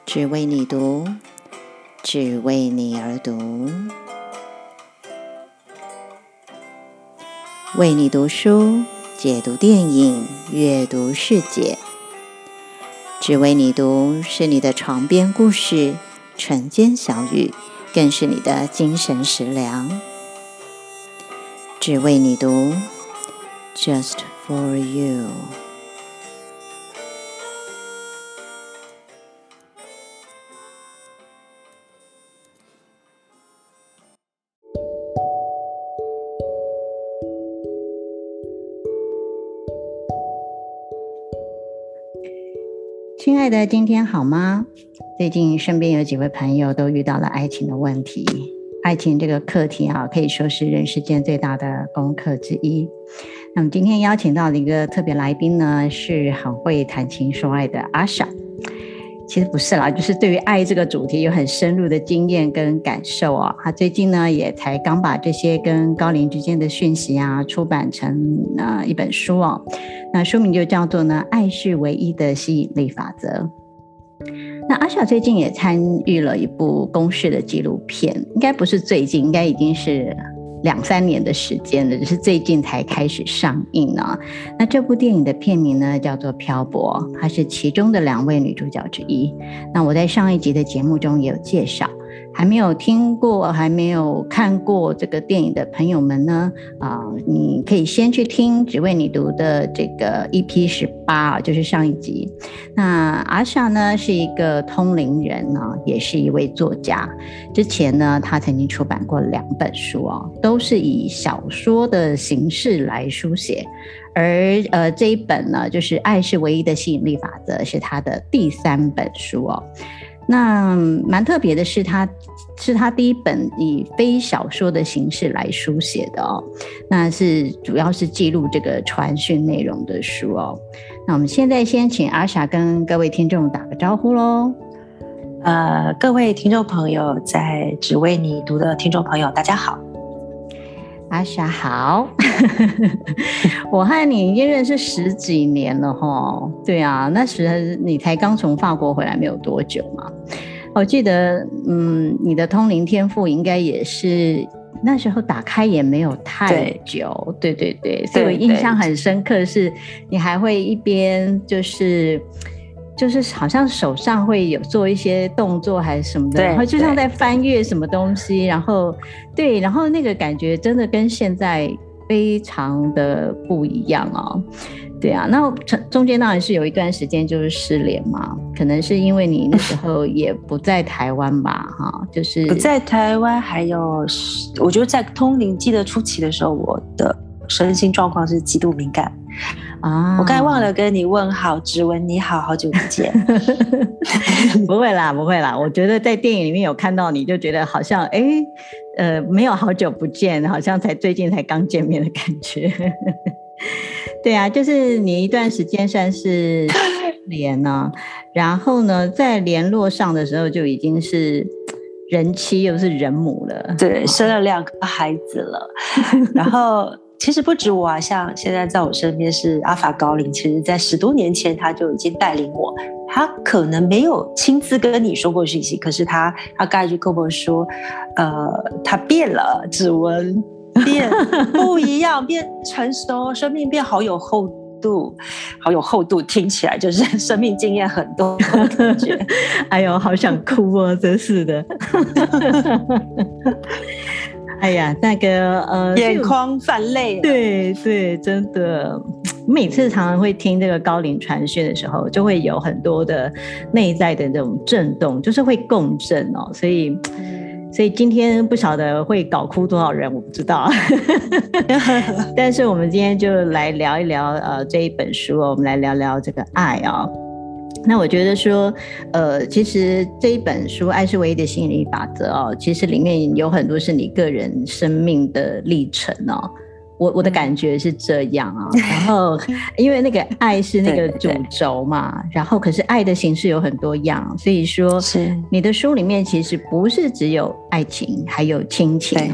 只为你读，只为你而读，为你读书，解读电影，阅读世界。只为你读是你的床边故事，晨间小语，更是你的精神食粮。只为你读 Just for you。亲爱的，今天好吗？最近身边有几位朋友都遇到了爱情的问题。爱情这个课题可以说是人世间最大的功课之一。那么今天邀请到的一个特别来宾呢，是很会谈情说爱的阿莎。其实不是啦，就是对于爱这个主题有很深入的经验跟感受他最近呢也才刚把这些跟高龄之间的讯息出版成一本书那书名就叫做呢《爱是唯一的吸引力法则》。那阿莎最近也参与了一部公视的纪录片，应该不是最近，应该已经是2-3年的时间了，只是最近才开始上映那这部电影的片名呢叫做《漂泊》，它是其中的2位女主角之一。那我在上一集的节目中也有介绍，还没有听过还没有看过这个电影的朋友们呢你可以先去听只为你读的这个 EP18 就是上一集。那阿莎呢是一个通灵人也是一位作家。之前呢他曾经出版过2本书都是以小说的形式来书写，而这一本呢就是《爱是唯一的吸引力法则》是他的第3本书那蛮特别的是他第一本以非小说的形式来书写的那是主要是记录这个传讯内容的书那我们现在先请阿莎跟各位听众打个招呼咯。 各位听众朋友，在只为你读的听众朋友大家好。 阿莎好我和你已经认识10几年了对啊，那时你才刚从法国回来没有多久嘛。我记得你的通灵天赋应该也是那时候打开也没有太久。对对对，所以我印象很深刻是你还会一边就是好像手上会有做一些动作还是什么的，然后就像在翻阅什么东西，然后那个感觉真的跟现在非常的不一样对啊，那中间当然是有一段时间就是失联嘛，可能是因为你那时候也不在台湾吧就是不在台湾，还有我觉得在通灵记的初期的时候，我的身心状况是极度敏感我刚才忘了跟你问好，只闻你好，好久不见不会啦不会啦，我觉得在电影里面有看到你就觉得好像没有好久不见，好像最近才刚见面的感觉对啊，就是你一段时间算是连然后呢在联络上的时候就已经是人妻又是人母了， 对，生了2个孩子了然后其实不止我像现在在我身边是阿法高龄，其实在10多年前他就已经带领我，他可能没有亲自跟你说过讯息，可是他刚才就跟我说他变了，指纹变不一样变成熟，生命变好有厚度，好有厚度，听起来就是生命经验很多的感觉哎呦好想哭真是的哎呀那个眼眶泛泪对对，真的每次常常会听这个高龄传讯的时候就会有很多的内在的这种震动，就是会共振所以今天不晓得会搞哭多少人我不知道但是我们今天就来聊一聊这一本书我们来聊聊这个爱那我觉得说其实这一本书《爱是唯一的吸引力法则》其实里面有很多是你个人生命的历程我的感觉是这样然后因为那个爱是那个主轴嘛，然后可是爱的形式有很多样，所以说你的书里面其实不是只有爱情还有亲情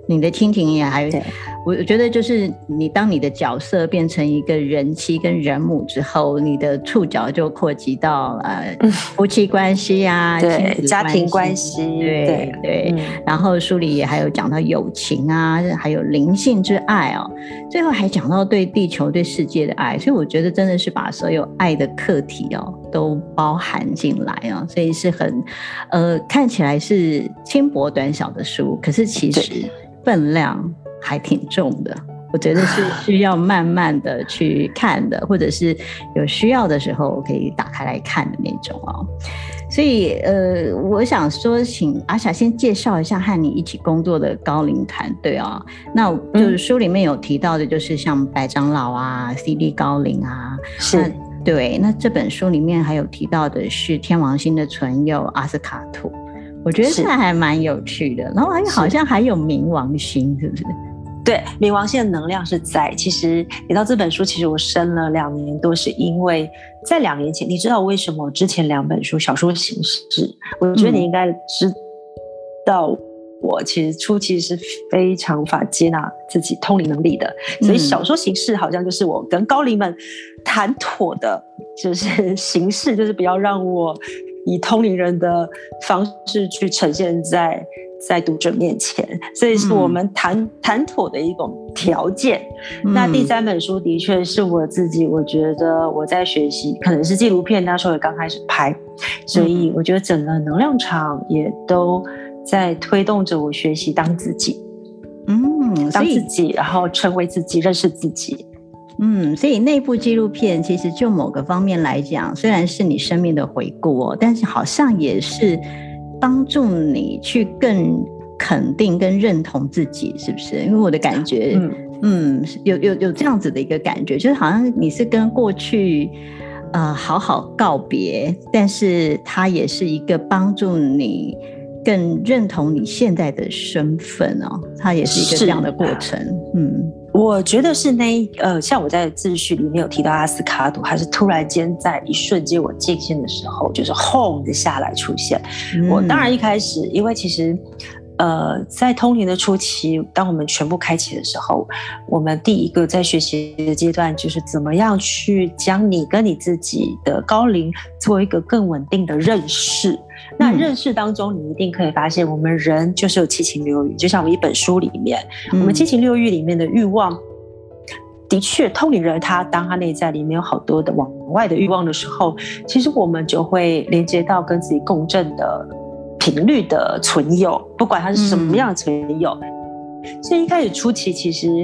你的亲情也还对， 我觉得就是当你的角色变成一个人妻跟人母之后，你的触角就扩及到夫妻关系啊， 对，家庭关系， 对对。然后书里也还有讲到友情啊，还有灵性之爱哦，最后还讲到对地球、对世界的爱，所以我觉得真的是把所有爱的课题哦都包含进来哦，所以是很看起来是轻薄短小的书，可是其实分量还挺重的，我觉得是需要慢慢的去看的，或者是有需要的时候可以打开来看的那种哦。所以我想说请阿霞先介绍一下和你一起工作的高龄团队啊，那就是书里面有提到的就是像白长老啊 CD 高龄啊， 是对，那这本书里面还有提到的是天王星的存有阿斯卡图，我觉得这还蛮有趣的，然后好像还有冥王星，是不是？ 对，冥王星的能量是在。其实提到这本书，其实我生了2年多，是因为在2年前，你知道为什么之前2本书小说形式，我觉得你应该知道，我其实初期是非常无法接纳自己通灵能力的，所以小说形式好像就是我跟高龄们谈妥的，就是形式，就是不要让我以通灵人的方式去呈现在读者面前，所以是我们谈妥的一种条件。那第3本书的确是我自己，我觉得我在学习，可能是纪录片那时候也刚开始拍，所以我觉得整个能量场也都在推动着我学习当自己，当自己，然后成为自己，认识自己。 所以那部纪录片其实就某个方面来讲，虽然是你生命的回顾哦，但是好像也是帮助你去更肯定跟认同自己，是不是？因为我的感觉有这样子的一个感觉，就是好像你是跟过去好好告别，但是它也是一个帮助你更认同你现在的身份哦，它也是一个这样的过程。 我觉得是像我在自序里面有提到阿斯卡图，还是突然间在一瞬间我静心的时候，就是轰的下来出现。我当然一开始，因为其实在通灵的初期，当我们全部开启的时候，我们第一个在学习的阶段就是怎么样去将你跟你自己的高龄做一个更稳定的认识。那认识当中，你一定可以发现，我们人就是有七情六欲，就像我们一本书里面，我们七情六欲里面的欲望，的确，通灵人当他内在里面有好多的往外的欲望的时候，其实我们就会连接到跟自己共振的频率的存有，不管它是什么样的存有。所以一开始初期，其实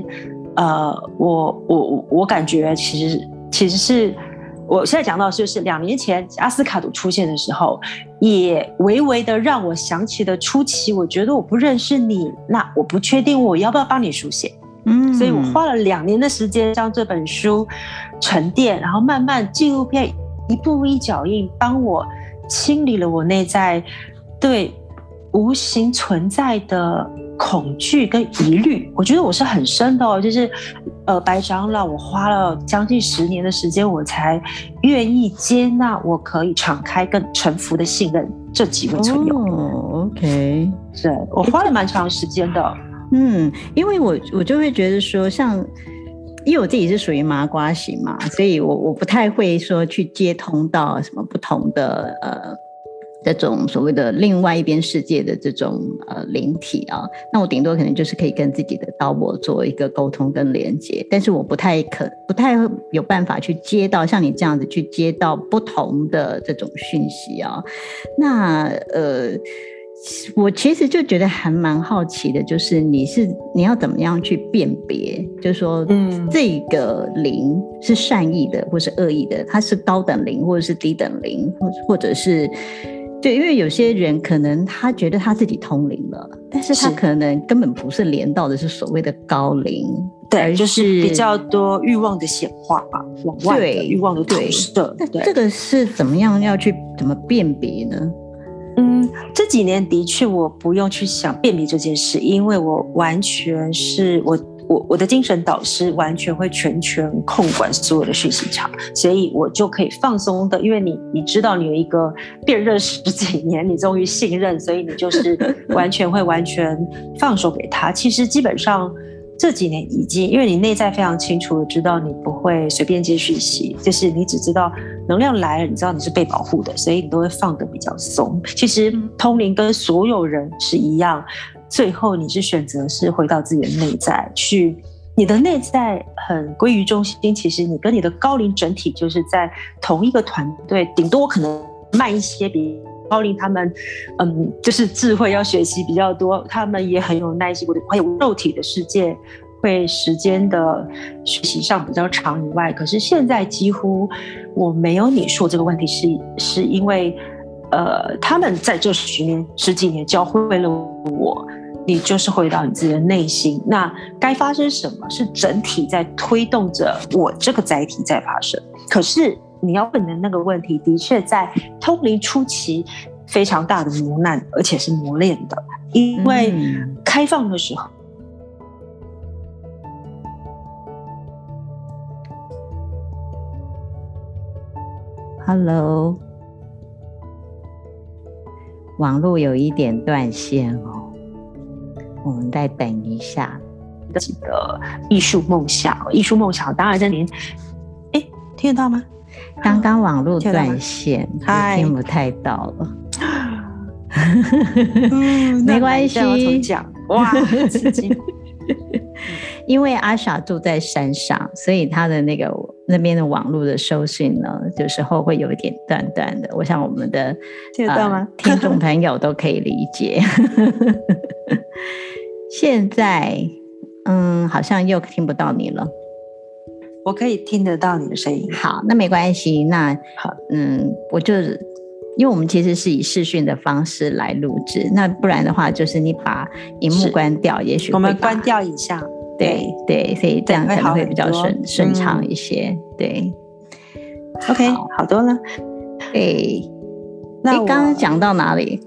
我感觉其实是。我现在讲到的就是2年前阿斯卡图出现的时候，也微微的让我想起的初期，我觉得我不认识你，那我不确定我要不要帮你书写，所以我花了2年的时间让这本书沉淀，然后慢慢纪录片一步一脚印帮我清理了我内在对无形存在的恐惧跟疑虑。我觉得我是很深的哦，就是白长老，我花了将近10年的时间，我才愿意接纳我可以敞开跟臣服的信任这几位存有。 OK， 对，我花了蛮长时间的。 因为我就会觉得说，因为我自己是属于麻瓜型嘛，所以我不太会说去接通到什么不同的这种所谓的另外一边世界的这种灵体啊，那我顶多可能就是可以跟自己的高我做一个沟通跟连接，但是我不太有办法去接到像你这样子去接到不同的这种讯息啊。那我其实就觉得还蛮好奇的，就是你要怎么样去辨别，就是说这个灵是善意的或是恶意的，它是高等灵或者是低等灵，或者是对，因为有些人可能他觉得他自己通灵了，但是他可能根本不是连到的是所谓的高灵， 对，就是比较多欲望的显化吧，往外的欲望的投射。 那这个是怎么样怎么辨别呢？ 这几年的确我不用去想辨别这件事，因为我完全是我的精神导师完全会全权控管所有的学习场，所以我就可以放松的，因为你知道你有一个辨认10几年，你终于信任，所以你就是完全放手给他。其实基本上这几年已经，因为你内在非常清楚的知道你不会随便接讯息，就是你只知道能量来了，你知道你是被保护的，所以你都会放得比较松。其实通灵跟所有人是一样，最后你是选择是回到自己的内在去，你的内在很归于中心，其实你跟你的高龄整体就是在同一个团队，顶多可能慢一些，比高龄他们就是智慧要学习比较多，他们也很有耐心，还有肉体的世界会时间的学习上比较长以外，可是现在几乎我没有你说这个问题，是因为他们在这10几年教会了我，你就是回到你自己的内心，那该发生什么是整体在推动着我这个载体在发生。可是你要问的那个问题的确在通灵初期非常大的磨难，而且是磨练的，因为开放的时候 Hello， 网络有一点断线哦，我们再等一下。 自己的艺术梦想当然在您听得到吗？ 刚刚网络断线，我听不太到了。没关系， 我重讲。哇，刺激！ 因为阿傻住在山上，所以他的那边的网络的收讯呢，有时候会有一点断断的。我想我们的听得到吗？ 听众朋友都可以理解。现在好像又听不到你了。 我可以听得到你的声音。 好，那没关系。那好， 我就因为我们其实是以视讯的方式来录制，那不然的话，就是你把荧幕关掉，也许我们关掉影像。 对，所以这样可能会比较顺畅一些。对 ，OK， 好多了。 那我刚刚讲到哪里？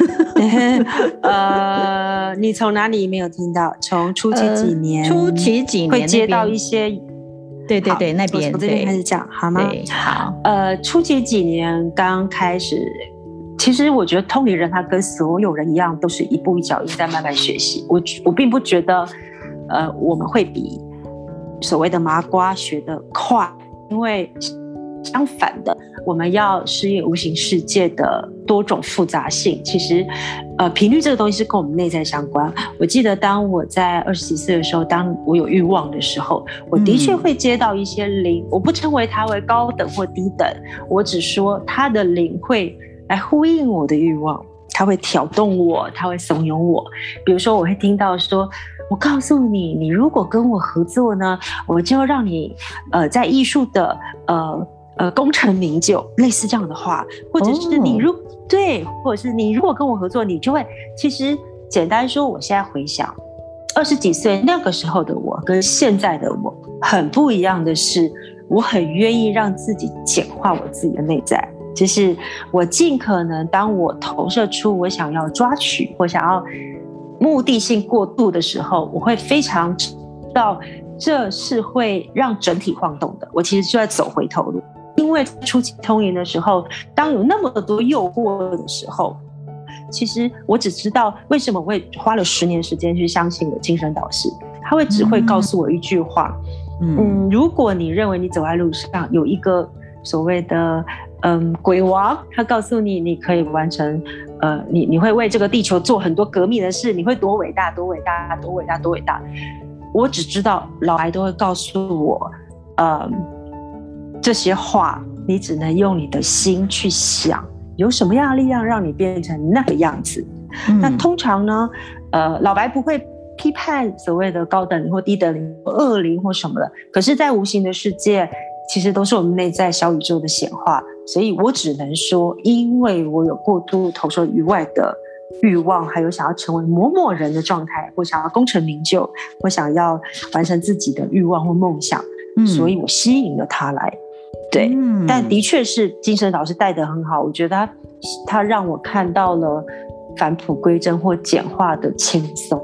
你从哪里没有听到？从初期几年会接到一些。 对，那边从这边开始讲好吗？ 对，好。 初期几年刚开始，其实我觉得通灵人他跟所有人一样，都是一步一脚印在慢慢学习。我并不觉得，我们会比所谓的麻瓜学得快，因为相反的，我们要适应无形世界的多种复杂性。其实，频率这个东西是跟我们内在相关。我记得当我在20几岁的时候，当我有欲望的时候，我的确会接到一些灵，我不称为它为高等或低等，我只说它的灵会来呼应我的欲望，它会挑动我，它会怂恿我。比如说，我会听到说，我告诉你，你如果跟我合作呢，我就让你在艺术的功成名就，类似这样的话，或者是你或者是你如果跟我合作，你就会。其实简单说，我现在回想20几岁那个时候的我，跟现在的我很不一样的是，我很愿意让自己简化我自己的内在，就是我尽可能，当我投射出我想要抓取或想要目的性过度的时候，我会非常知道这是会让整体晃动的。我其实就在走回头路。因为初期通灵的时候，当有那么多诱惑的时候，其实我只知道为什么我会花了10年时间去相信我精神导师，他只会告诉我一句话，如果你认为你走在路上有一个所谓的鬼王，他告诉你你可以完成你会为这个地球做很多革命的事，你会多伟大多伟大多伟大多伟大。我只知道老白都会告诉我这些话你只能用你的心去想，有什么样的力量让你变成那个样子。那通常呢老白不会批判所谓的高等灵或低等灵或恶灵或什么的，可是在无形的世界其实都是我们内在小宇宙的显化。所以我只能说，因为我有过度投射于外的欲望，还有想要成为某某人的状态，或想要功成名就，或想要完成自己的欲望或梦想，所以我吸引了他来。对，但的确是精神导师带得很好，我觉得他让我看到了返璞归真或简化的轻松。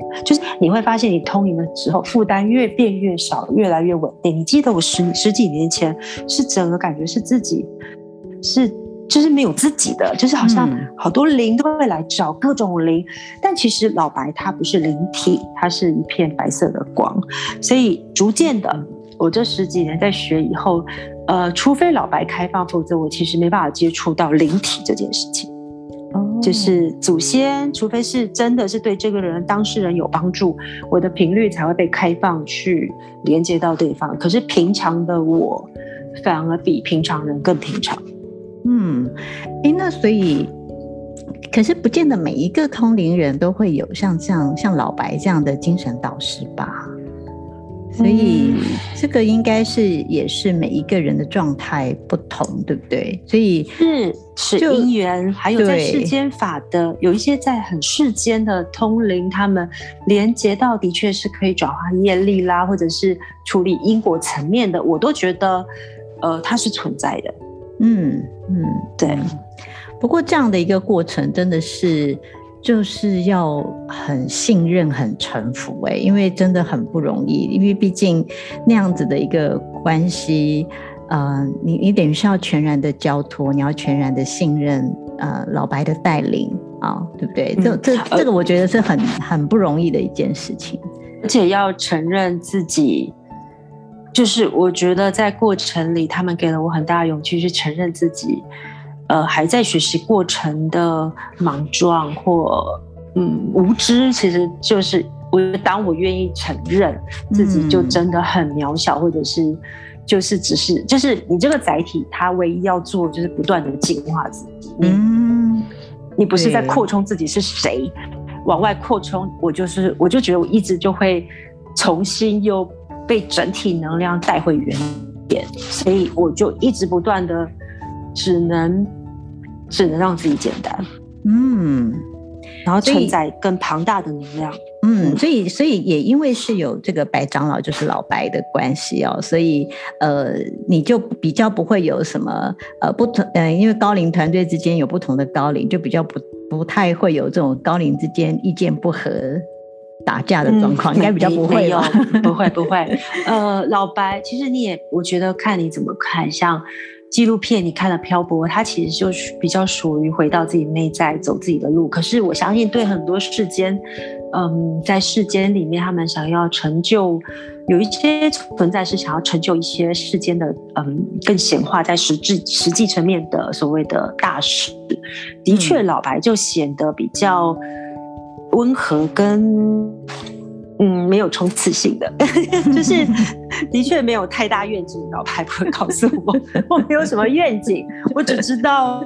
就是你会发现你通灵的时候负担越变越少，越来越稳定。你记得我十几年前是整个感觉是自己就是没有自己的，就是好像好多灵都会来找各种灵，但其实老白它不是灵体，它是一片白色的光。所以逐渐的我这10几年在学以后，除非老白开放，否则我其实没办法接触到灵体这件事情。就是祖先，除非是真的是对这个人当事人有帮助，我的频率才会被开放去连接到对方。可是平常的我反而比平常人更平常。 那所以可是不见得每一个通灵人都会有像老白这样的精神导师吧，所以这个应该也是每一个人的状态不同，对不对？所以是因缘，还有在世间法的有一些在很世间的通灵，他们连接到的确是可以转化业力啦，或者是处理因果层面的，我都觉得它是存在的。对。 不过这样的一个过程真的是就是要很信任很臣服因为真的很不容易，因为毕竟那样子的一个关系你等于是要全然的交托，你要全然的信任老白的带领对不对？这个我觉得是很不容易的一件事情， 而且要承认自己，就是我觉得在过程里他们给了我很大的勇气去承认自己还在学习过程的莽撞或无知，其实就是当我愿意承认自己就真的很渺小，或者是就是你这个载体，它唯一要做就是不断的进化自己。你不是在扩充自己是谁，往外扩充，我就觉得我一直就会重新又被整体能量带回原点，所以我就一直不断的只能让自己简单，然后承载更庞大的能量。 所以也因为是有这个白长老就是老白的关系所以你就比较不会有什么不同因为高龄团队之间有不同的高龄，就比较不太会有这种高龄之间意见不合打架的状况，应该比较不会吧？ 不会。老白其实我觉得看你怎么看，像纪录片你看了漂泊，它其实就是比较属于回到自己内在走自己的路。可是我相信对很多世间在世间里面他们想要成就，有一些存在是想要成就一些世间的更显化在实际层面的所谓的大事，的确老白就显得比较温和跟没有冲刺性的就是的确没有太大愿景，老白不会告诉我没有什么愿景，我只知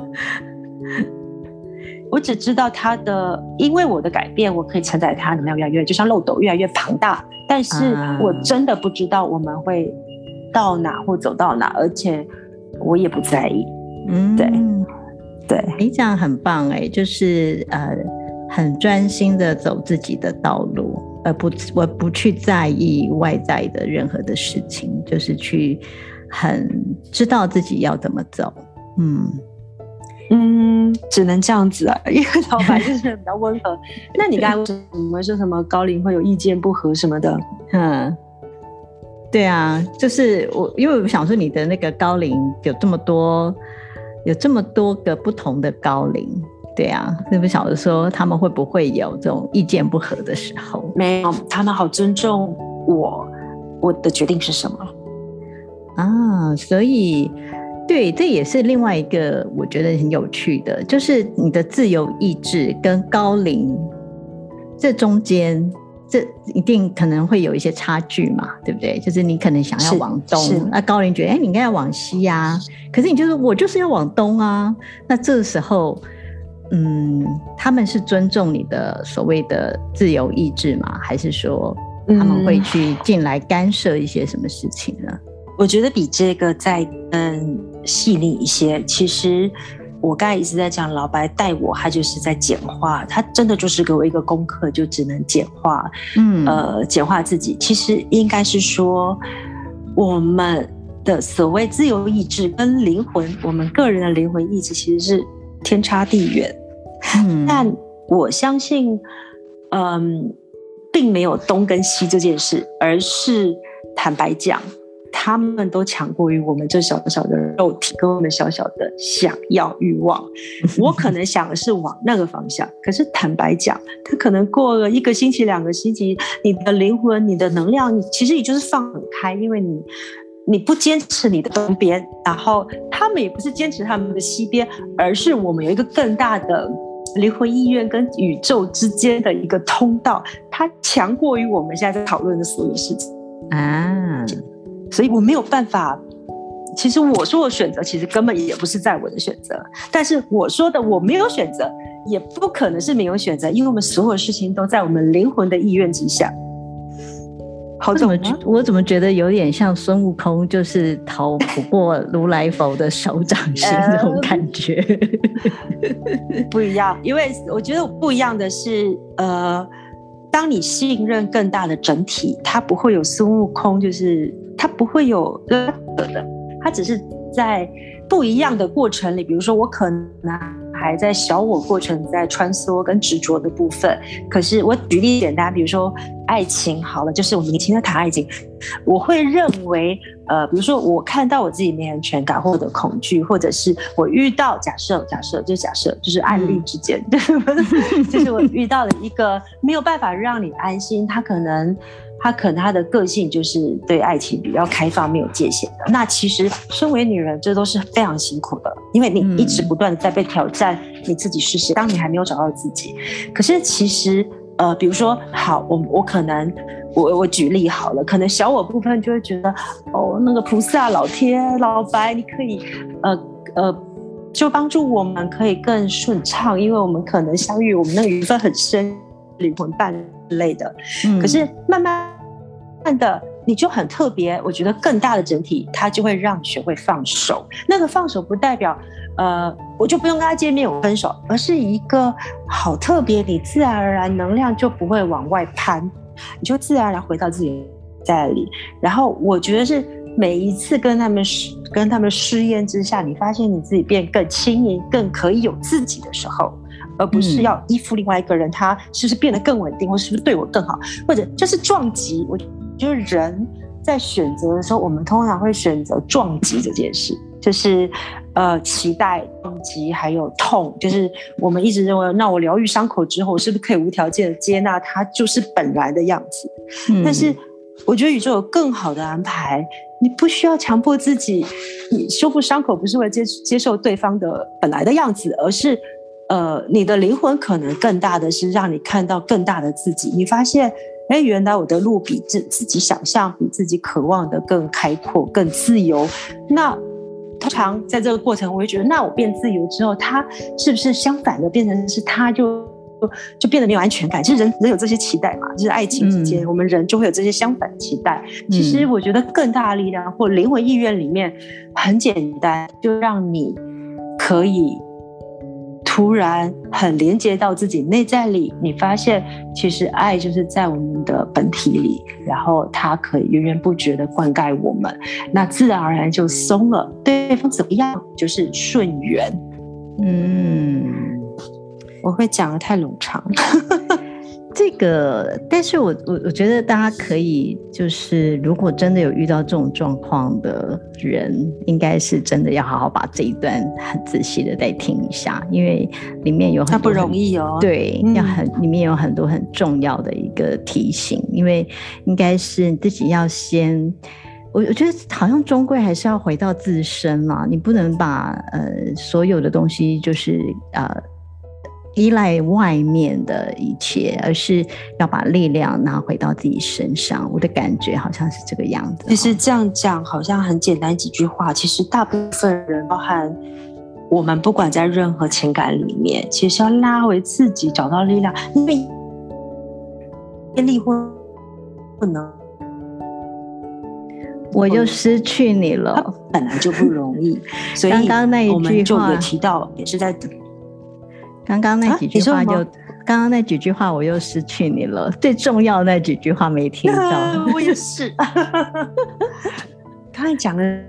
道他的，因为我的改变我可以承载他能量越来越，就像漏斗越来越庞大，但是我真的不知道我们会到哪或走到哪，而且我也不在意。对， 这样很棒就是很专心的走自己的道路，而不去在意外在的任何的事情，就是去很知道自己要怎么走。 只能这样子因为老白就是比较温和。那你刚才为什么说什么高龄会有意见不合什么的？ 对啊，就是因为我想说你的那个高龄有这么多个不同的高龄。对啊，是不是晓得说他们会不会有这种意见不合的时候？ 没有，他们好尊重我的决定是什么所以对，这也是另外一个我觉得很有趣的，就是你的自由意志跟高龄这中间，这一定可能会有一些差距嘛，对不对？就是你可能想要往东，那高龄觉得你应该要往西啊，可是你就说我就是要往东啊，那这时候他们是尊重你的所谓的自由意志吗？还是说他们会去进来干涉一些什么事情呢？ 我觉得比这个再更细腻一些。其实我刚才一直在讲，老白带我，他就是在简化，他真的就是给我一个功课，就只能简化，简化自己。其实应该是说，我们的所谓自由意志跟灵魂，我们个人的灵魂意志其实是天差地远。但我相信， 并没有东跟西这件事，而是坦白讲，他们都强过于我们这小小的肉体跟我们小小的想要欲望。我可能想的是往那个方向，可是坦白讲，他可能过了1个星期2个星期，你的灵魂你的能量其实你就是放很开，因为你不坚持你的东边，然后他们也不是坚持他们的西边，而是我们有一个更大的灵魂意愿跟宇宙之间的一个通道，它强过于我们现在在讨论的所有事情啊。所以我没有办法，其实我说我选择其实根本也不是在我的选择，但是我说的我没有选择也不可能是没有选择，因为我们所有事情都在我们灵魂的意愿之下。 我怎么觉得有点像孙悟空，就是逃不过如来佛的手掌心这种感觉？ 不一样，因为我觉得不一样的是，当你信任更大的整体，它不会有孙悟空，就是它不会有的，它只是在不一样的过程里，比如说我可能还在小我过程在穿梭跟执着的部分，可是我举例简单，比如说爱情好了，就是我们以前在谈爱情，我会认为比如说我看到我自己没安全感或者恐惧，或者是我遇到假设就是案例之间就是我遇到了一个没有办法让你安心，他可能他的个性就是对爱情比较开放没有界限的，那其实身为女人这都是非常辛苦的，因为你一直不断的在被挑战你自己是谁，当你还没有找到自己。可是其实比如说好，我可能我举例好了，可能小我部分就会觉得那个菩萨老天老白你可以就帮助我们可以更顺畅，因为我们可能相遇我们那个缘分很深，灵魂伴之类的。可是慢慢的你就很特别，我觉得更大的整体它就会让你学会放手。那个放手不代表我就不用跟他见面我分手，而是一个好特别，你自然而然能量就不会往外攀，你就自然而然回到自己在里。然后我觉得是每一次跟他们试验之下，你发现你自己变更轻盈更可以有自己的时候，而不是要依附另外一个人，他是不是变得更稳定，或是不是对我更好，或者就是撞击。我觉得人在选择的时候，我们通常会选择撞击这件事，就是期待、撞击还有痛，就是我们一直认为，那我疗愈伤口之后，我是不是可以无条件的接纳它就是本来的样子？但是我觉得宇宙有更好的安排，你不需要强迫自己，你修复伤口不是为了接受对方的本来的样子，而是你的灵魂可能更大的是让你看到更大的自己，你发现原来我的路比自己想象比自己渴望的更开阔更自由。那通常在这个过程我会觉得，那我变自由之后，他是不是相反的变成是他就变得没有安全感？其实人有这些期待嘛，就是爱情之间我们人就会有这些相反的期待。其实我觉得更大的力量或灵魂意愿里面很简单，就让你可以突然很连接到自己内在里，你发现其实爱就是在我们的本体里，然后它可以源源不绝的灌溉我们，那自然而然就松了，对方怎么样就是顺缘。我会讲得太冗长这个，但是我觉得大家可以，就是如果真的有遇到这种状况的人，应该是真的要好好把这一段很仔细的再听一下，因为里面有很多不容易哦。 对，里面有很多很重要的一个提醒，因为应该是自己要先。我觉得好像终归还是要回到自身嘛，你不能把所有的东西就是依赖外面的一切，而是要把力量拿回到自己身上。我的感觉好像是这个样子。 其实这样讲好像很简单几句话，其实大部分人包含我们不管在任何情感里面，其实要拉回自己找到力量，因为离婚不能我就失去你了， 它本来就不容易。所以刚刚那一句话我们就有提到，也是在刚刚那几句话刚刚那几句话我又失去你了，最重要的那几句话没听到。 我也是刚才讲的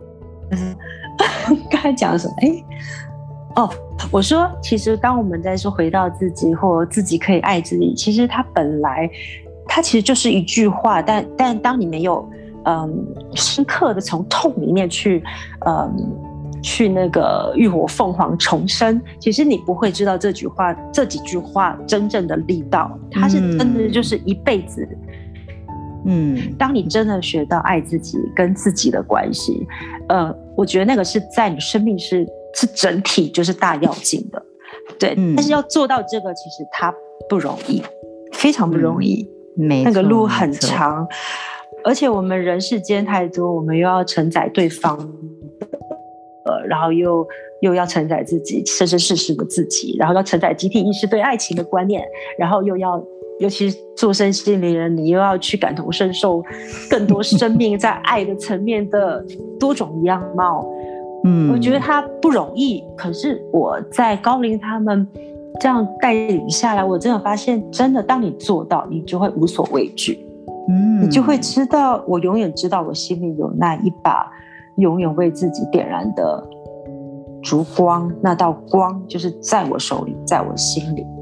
什么？我说其实当我们在说回到自己或自己可以爱自己，其实它本来它其实就是一句话，但当你没有深刻的从痛里面去那个浴火凤凰重生，其实你不会知道这几句话真正的力道，它是真的就是一辈子。当你真的学到爱自己跟自己的关系，我觉得那个是在你生命是整体就是大要紧的，对。但是要做到这个，其实它不容易，非常不容易，那个路很长，而且我们人世间太多，我们又要承载对方，然后又要承载自己生生世世的自己，然后要承载集体意识对爱情的观念，然后又要。尤其是做身心灵人，你又要去感同身受更多生命在爱的层面的多种样貌。我觉得它不容易，可是我在高龄他们这样带领下来，我真的发现，真的当你做到，你就会无所畏惧。你就会知道，我永远知道我心里有那一把永远为自己点燃的烛光，那道光就是在我手里，在我心里。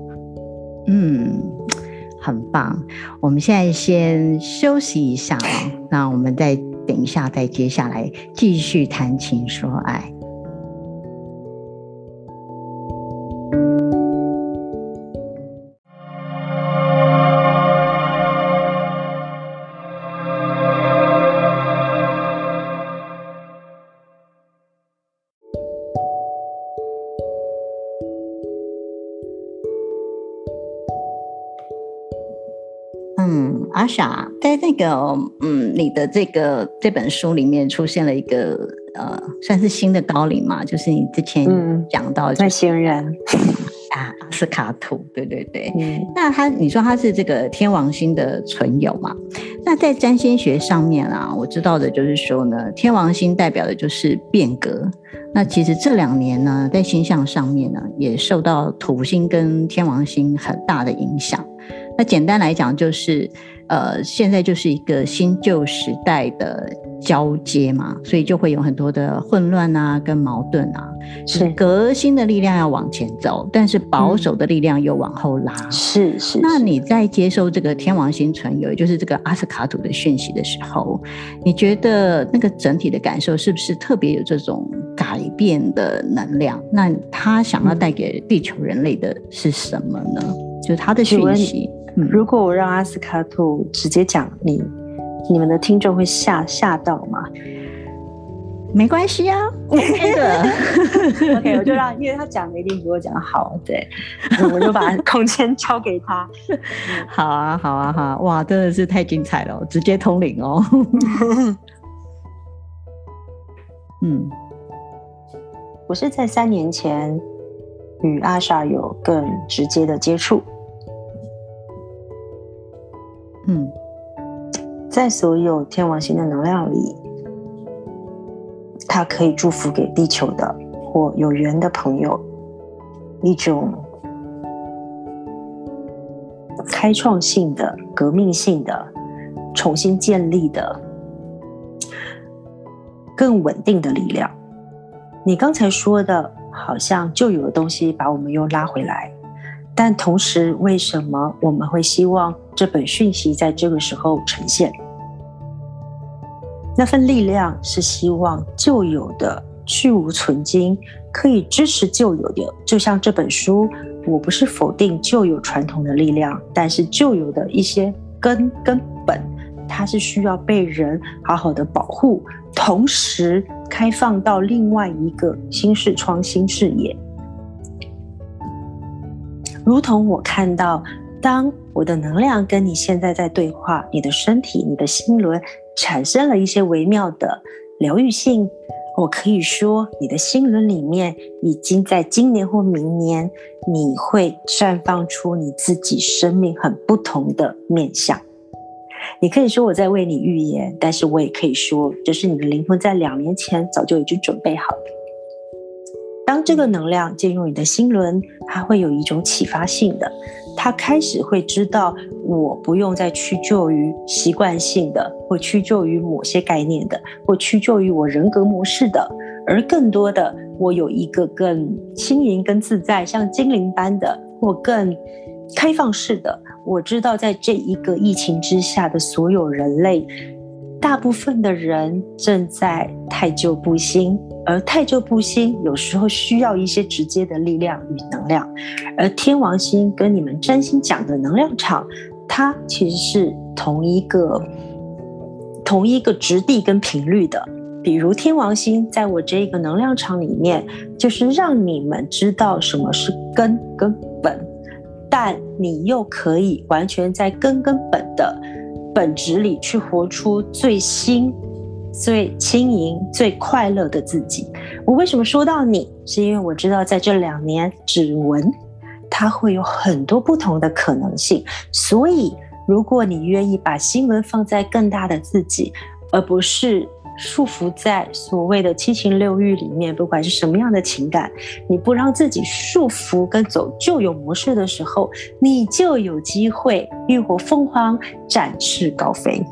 很棒，我们现在先休息一下那我们再等一下，再接下来继续谈情说爱。阿莎，在那个你的这本书里面出现了一个算是新的高龄嘛，就是你之前讲到外星人阿斯卡图，对对对。那你说他是这个天王星的存有嘛？那在占星学上面啊，我知道的就是说呢，天王星代表的就是变革。那其实这2年呢，在星象上面呢，也受到土星跟天王星很大的影响。那简单来讲就是现在就是一个新旧时代的交接嘛，所以就会有很多的混乱啊跟矛盾啊，是革新的力量要往前走，但是保守的力量又往后拉。 是那你在接受这个天王星存有，也就是这个阿斯卡图的讯息的时候，你觉得那个整体的感受是不是特别有这种改变的能量？那他想要带给地球人类的是什么呢？就是他的讯息。 如果我让阿斯卡图直接讲，你们的听众会吓到吗？ 没关系啊，OK 的。 OK， 我就让，因为他讲的一定比我讲好，对，我就把空间交给他。 好啊，哇，真的是太精彩了，直接通灵哦。 我是在3年前与阿莎有更直接的接触。在所有天王星的能量里，它可以祝福给地球的或有缘的朋友一种开创性的、革命性的、重新建立的、更稳定的力量。你刚才说的好像旧有的东西把我们又拉回来，但同时为什么我们会希望这本讯息在这个时候呈现？那份力量是希望旧有的去无存菁可以支持旧有的，就像这本书，我不是否定旧有传统的力量，但是旧有的一些根本，它是需要被人好好的保护，同时开放到另外一个新视窗、新视野。如同我看到，当我的能量跟你现在在对话，你的身体、你的心轮产生了一些微妙的疗愈性，我可以说你的心轮里面已经在今年或明年，你会绽放出你自己生命很不同的面向。你可以说我在为你预言，但是我也可以说，就是你的灵魂在2年前早就已经准备好了。当这个能量进入你的心轮，它会有一种启发性的，它开始会知道我不用再屈就于习惯性的，或屈就于某些概念的，或屈就于我人格模式的，而更多的我有一个更轻盈、更自在，像精灵般的，或更开放式的， 我知道在这一个疫情之下的所有人类，大部分的人正在太旧不新，而太旧不新有时候需要一些直接的力量与能量，而天王星跟你们占星讲的能量场，它其实是同一个质地跟频率的。比如天王星在我这个能量场里面，就是让你们知道什么是根跟本，但你又可以完全在根跟本的本质里去活出最新、最轻盈、最快乐的自己。我为什么说到你，是因为我知道在这2年指纹它会有很多不同的可能性，所以如果你愿意把心轮放在更大的自己，而不是束缚在所谓的7情6欲里面，不管是什么样的情感，你不让自己束缚跟走旧有模式的时候，你就有机会浴火凤凰，展翅高飞。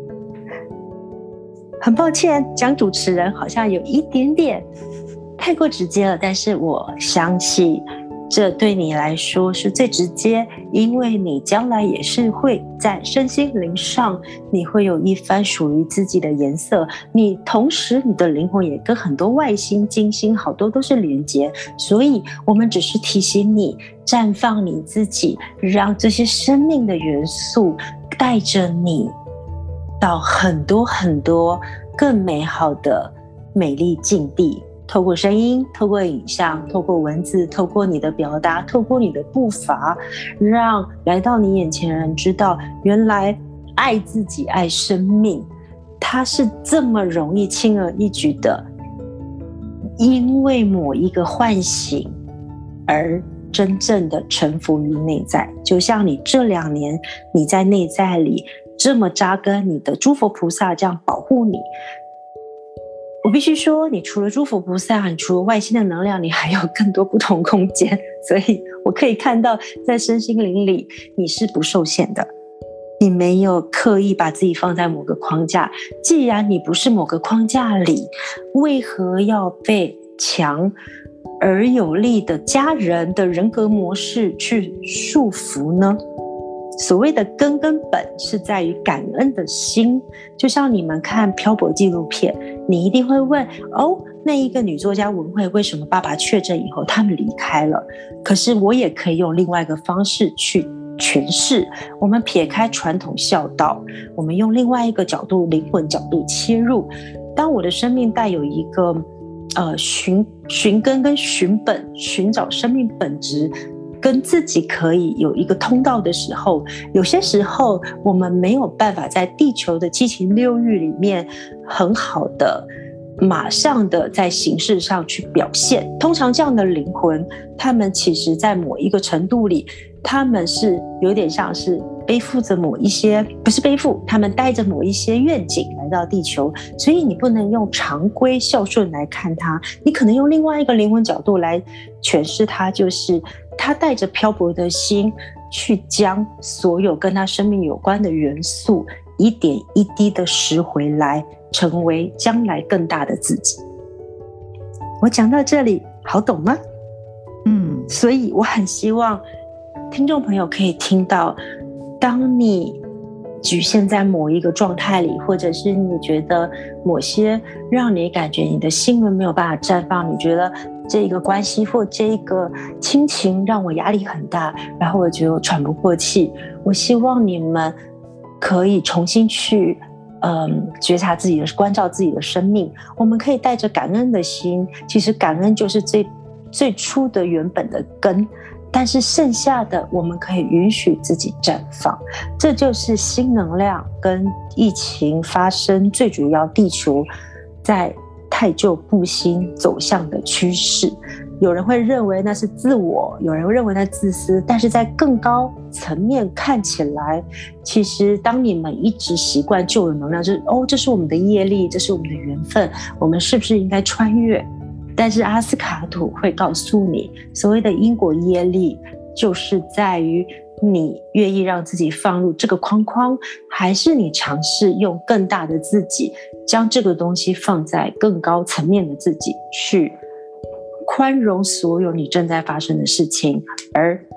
很抱歉，讲主持人好像有一点点太过直接了，但是我相信这对你来说是最直接，因为你将来也是会在身心灵上，你会有一番属于自己的颜色。你同时你的灵魂也跟很多外星金星好多都是连接，所以我们只是提醒你绽放你自己，让这些生命的元素带着你到很多很多更美好的美丽境地。透过声音，透过影像，透过文字，透过你的表达，透过你的步伐，让来到你眼前的人知道，原来爱自己、爱生命，它是这么容易、轻而易举的，因为某一个唤醒而真正的臣服于内在。就像你这2年你在内在里这么扎根，你的诸佛菩萨这样保护你。我必须说，你除了诸佛菩萨，你除了外星的能量，你还有更多不同空间，所以我可以看到在身心灵里你是不受限的，你没有刻意把自己放在某个框架。既然你不是某个框架里，为何要被强而有力的家人的人格模式去束缚呢？所谓的根跟本是在于感恩的心，就像你们看漂泊纪录片，你一定会问，那一个女作家文慧为什么爸爸确诊以后他们离开了？可是我也可以用另外一个方式去诠释，我们撇开传统孝道，我们用另外一个角度，灵魂角度切入。当我的生命带有一个寻根跟寻本，寻找生命本质跟自己可以有一个通道的时候，有些时候我们没有办法在地球的7情6欲里面很好的马上的在形式上去表现。通常这样的灵魂，他们其实在某一个程度里，他们是有点像是背负着某一些，不是背负，他们带着某一些愿景来到地球，所以你不能用常规孝顺来看它，你可能用另外一个灵魂角度来诠释它，就是他带着漂泊的心去将所有跟他生命有关的元素一点一滴的拾回来，成为将来更大的自己。我讲到这里好懂吗？所以我很希望听众朋友可以听到，当你局限在某一个状态里，或者是你觉得某些让你感觉你的心轮没有办法绽放，你觉得这个关系或这个亲情让我压力很大，然后我觉得我喘不过气，我希望你们可以重新去觉察自己的，关照自己的生命。我们可以带着感恩的心，其实感恩就是最初的原本的根，但是剩下的我们可以允许自己绽放。这就是新能量跟疫情发生最主要地球在太旧不新走向的趋势。有人会认为那是自我，有人会认为那自私，但是在更高层面看起来，其实当你们一直习惯旧的能量，就是这是我们的业力，这是我们的缘分，我们是不是应该穿越？但是阿斯卡图会告诉你，所谓的因果业力就是在于你愿意让自己放入这个框框，还是你尝试用更大的自己将这个东西放在更高层面的自己，去宽容所有你正在发生的事情，而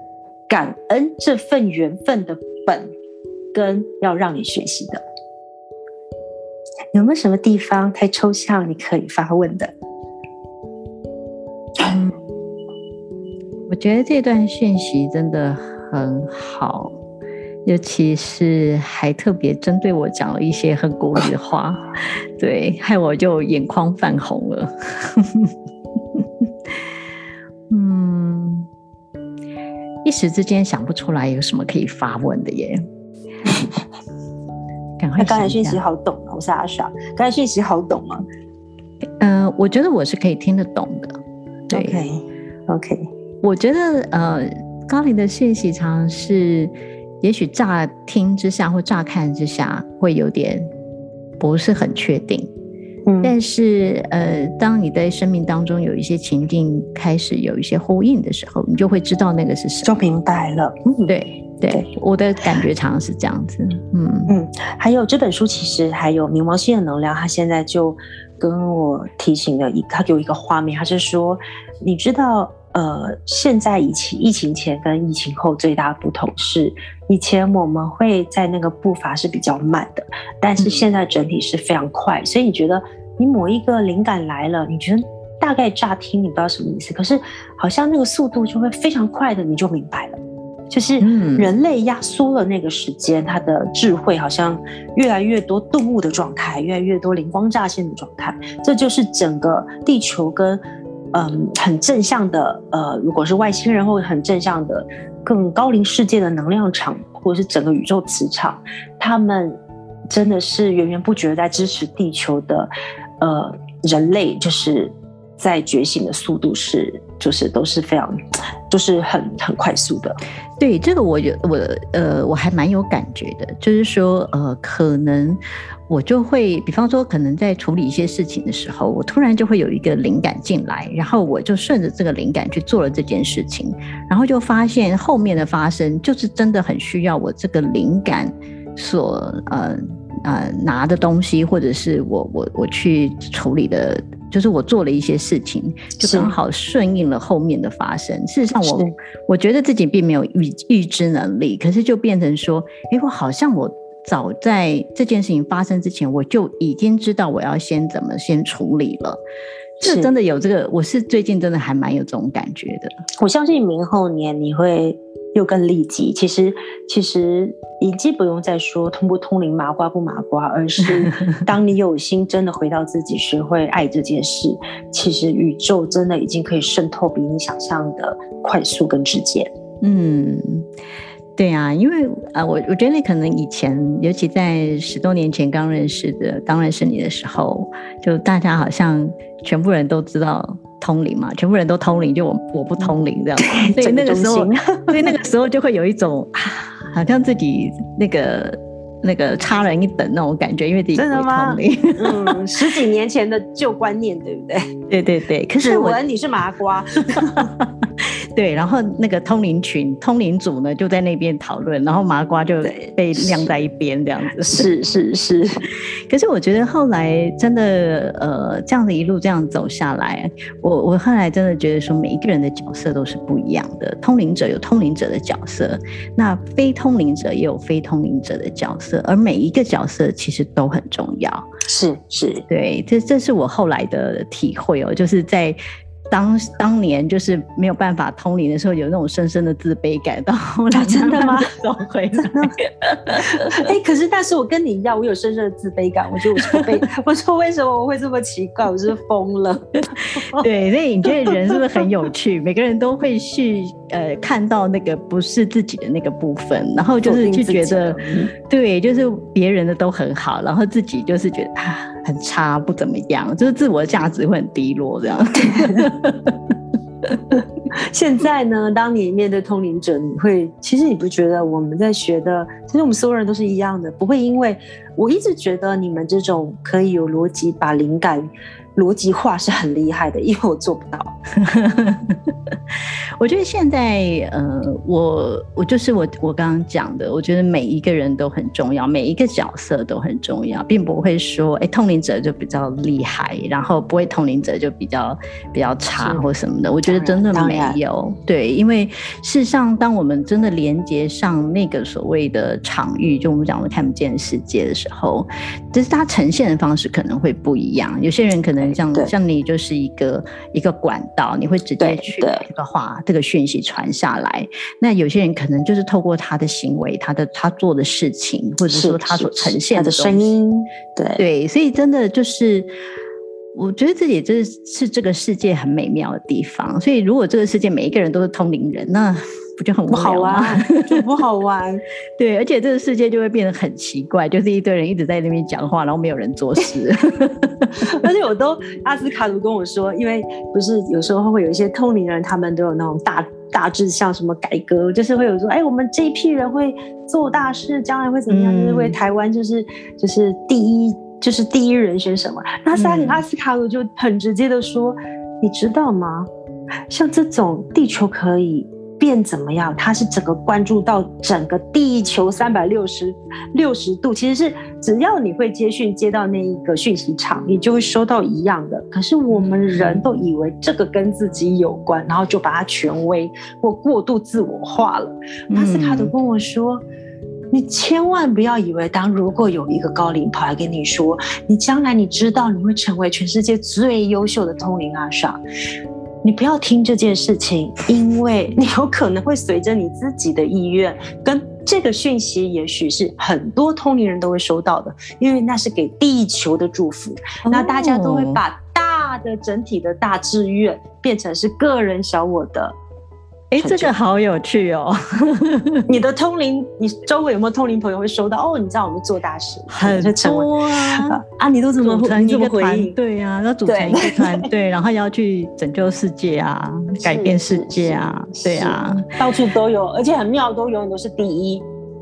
感恩这份缘分的本跟要让你学习的。有没有什么地方太抽象你可以发问的？ 我觉得这段讯息真的很好，尤其是还特别针对我讲了一些很鼓励的话，对，害我就眼眶泛红了。一时之间想不出来有什么可以发问的耶。赶快想一下。 刚才讯息好懂啊，我是阿莎。刚才讯息好懂吗？ 我觉得我是可以听得懂的。对 ，OK。 我觉得高龄的讯息常常是，也许乍听之下或乍看之下会有点不是很确定。但是当你在生命当中有一些情境开始有一些呼应的时候，你就会知道那个是什么， 就明白了。 对，我的感觉常常是这样子。 还有这本书其实还有冥王星的能量，他现在就跟我提醒了他给我一个画面，他是说，你知道现在疫情前跟疫情后最大的不同是，以前我们会在那个步伐是比较慢的，但是现在整体是非常快，所以你觉得你某一个灵感来了，你觉得大概乍听你不知道什么意思，可是好像那个速度就会非常快的，你就明白了。就是人类压缩了那个时间，他的智慧好像越来越多顿悟的状态，越来越多灵光乍现的状态，这就是整个地球跟很正向的如果是外星人或者很正向的更高龄世界的能量场，或者是整个宇宙磁场，他们真的是源源不绝在支持地球的人类，就是在觉醒的速度就是都是非常就是很快速的。 对，这个我还蛮有感觉的，就是说可能我就会比方说可能在处理一些事情的时候，我突然就会有一个灵感进来，然后我就顺着这个灵感去做了这件事情，然后就发现后面的发生就是真的很需要我这个灵感所拿的东西，或者是我去处理的，就是我做了一些事情，就刚好顺应了后面的发生。事实上我觉得自己并没有预知能力，可是就变成说，我好像我早在这件事情发生之前，我就已经知道我要先处理了。这真的有这个，我是最近真的还蛮有这种感觉的。 我相信明后年你会又更立即。其实已经不用再说通不通灵、麻瓜不麻瓜，而是当你有心真的回到自己，学会爱这件事，其实宇宙真的已经可以渗透比你想象的快速跟直接。 对啊，因为我觉得你可能以前，尤其在10多年前刚认识你的时候，就大家好像全部人都知道通灵嘛，全部人都通灵，就我不通灵这样，所以那个时候就会有一种好像自己那个差人一等那种感觉，因为自己不会通灵。 10几年前的旧观念，对不对？ 对。可是你是麻瓜。 对，然后那个通灵组呢就在那边讨论，然后麻瓜就被晾在一边这样子。 是。 可是我觉得后来真的这样的一路这样走下来，我后来真的觉得说，每一个人的角色都是不一样的。通灵者有通灵者的角色，那非通灵者也有非通灵者的角色，而每一个角色其实都很重要。 是， 对，这是我后来的体会哦，就是在当年就是没有办法通灵的时候，有那种深深的自卑感，到后来真的吗？ 走回来。 可是但是我跟你一样，我有深深的自卑感。我觉得我是被我说为什么我会这么奇怪？我是疯了。 对，所以你觉得人是不是很有趣？每个人都会去看到那个不是自己的那个部分，然后就是去觉得，对，就是别人的都很好，然后自己就是觉得很差，不怎么样，就是自我的价值会很低落这样。 现在呢，当你面对通灵者，其实你不觉得我们在学的，其实我们所有人都是一样的，不会因为我一直觉得你们这种可以有逻辑把灵感逻辑化是很厉害的，因为我做不到。 我觉得现在我就是我刚刚讲的，我觉得每一个人都很重要，每一个角色都很重要，并不会说通灵者就比较厉害，然后不会通灵者就比较差或什么的。我觉得真的没有，对，因为事实上当我们真的连接上那个所谓的场域，就我们讲的看不见世界的时候，就是它呈现的方式可能会不一样。有些人可能像你就是一个管道，你会直接去这个讯息传下来。那有些人可能就是透过他的行为，他做的事情，或者说他所呈现的声音， 对，所以真的就是我觉得这也是这个世界很美妙的地方。所以如果这个世界每一个人都是通灵人，那不就很无聊吗？ 就不好玩。 对，而且这个世界就会变得很奇怪，就是一堆人一直在那边讲话，然后没有人做事。 而且阿斯卡鲁跟我说，因为不是有时候会有一些通灵人，他们都有那种大志向，什么改革，就是会有说，我们这一批人会做大事，将来会怎么样，就是为台湾就是第一人选什么。那阿斯卡鲁就很直接的说，你知道吗？像这种地球可以变怎么样，它是整个关注到整个地球360度，其实是只要你会接到那一个讯息场，你就会收到一样的。可是我们人都以为这个跟自己有关，然后就把它权威或过度自我化了。阿斯卡都跟我说，你千万不要以为如果有一个高灵跑来跟你说，你将来你知道你会成为全世界最优秀的通灵阿莎，你不要听这件事情，因为你有可能会随着你自己的意愿跟这个讯息，也许是很多通灵人都会收到的，因为那是给地球的祝福。那大家都会把大的整体的大志愿变成是个人小我的。 这个好有趣哦。 你的通灵，你周围有没有通灵朋友会收到？你知道我们做大事很多啊， 你都怎么组成一个团队？ 对啊，要组成一个团队，然后要去拯救世界啊，改变世界啊，对啊， 到处都有，而且很妙，都永远都是第一。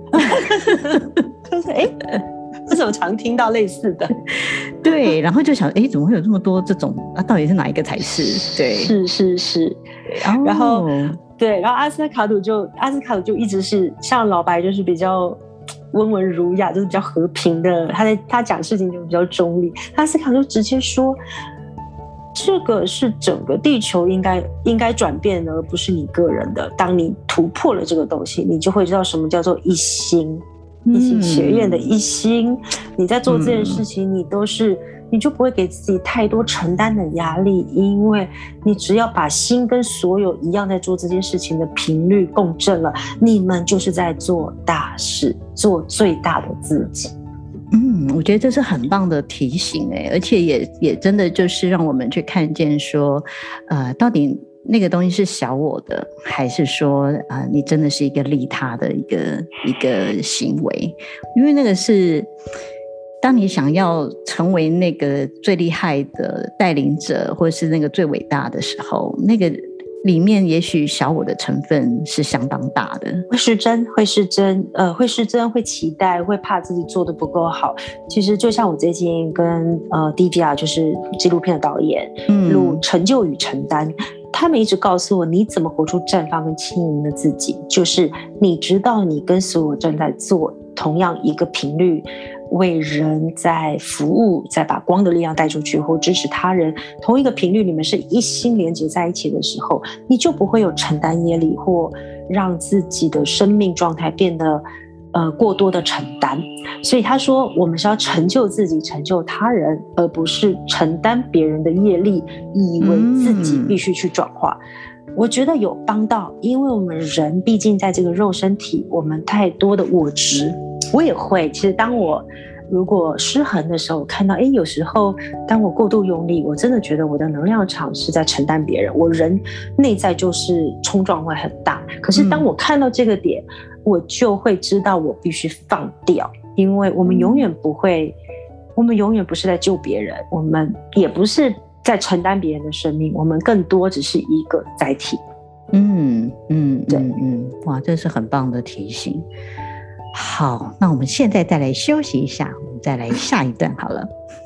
就是为什么常听到类似的？ 对，然后就想怎么会有这么多这种到底是哪一个才是？对， 是。然后对，然后阿斯卡鲁就一直是像老白，就是比较温文儒雅，就是比较和平的，他讲事情就比较中立。阿斯卡鲁直接说，这个是整个地球应该转变的，而不是你个人的。当你突破了这个东西，你就会知道什么叫做一心。一心学院的一心，你在做这件事情，你就不会给自己太多承担的压力，因为你只要把心跟所有一样在做这件事情的频率共振了，你们就是在做大事，做最大的自己。 我觉得这是很棒的提醒而且也真的就是让我们去看见说，到底那个东西是小我的，还是说你真的是一个利他的一个行为？因为那个是当你想要成为那个最厉害的带领者，或者是那个最伟大的时候，那个里面也许小我的成分是相当大的， 会失真，会期待，会怕自己做得不够好。其实就像我最近跟DVR 就是纪录片的导演录成就与承担，他们一直告诉我，你怎么活出绽放跟轻盈的自己，就是你知道你跟所有正在做同样一个频率，为人在服务，在把光的力量带出去，或支持他人，同一个频率，你们是一心连接在一起的时候，你就不会有承担业力，或让自己的生命状态变得过多的承担。所以他说，我们是要成就自己，成就他人，而不是承担别人的业力，以为自己必须去转化。我觉得有帮到，因为我们人毕竟在这个肉身体，我们太多的我执。我也会，其实当我如果失衡的时候，看到有时候当我过度用力，我真的觉得我的能量场是在承担别人，我人内在就是冲撞会很大。可是当我看到这个点，我就会知道我必须放掉，因为我们永远不是在救别人，我们也不是在承担别人的生命，我们更多只是一个载体。 哇，这是很棒的提醒。好，那我们现在再来休息一下，我们再来下一段好了。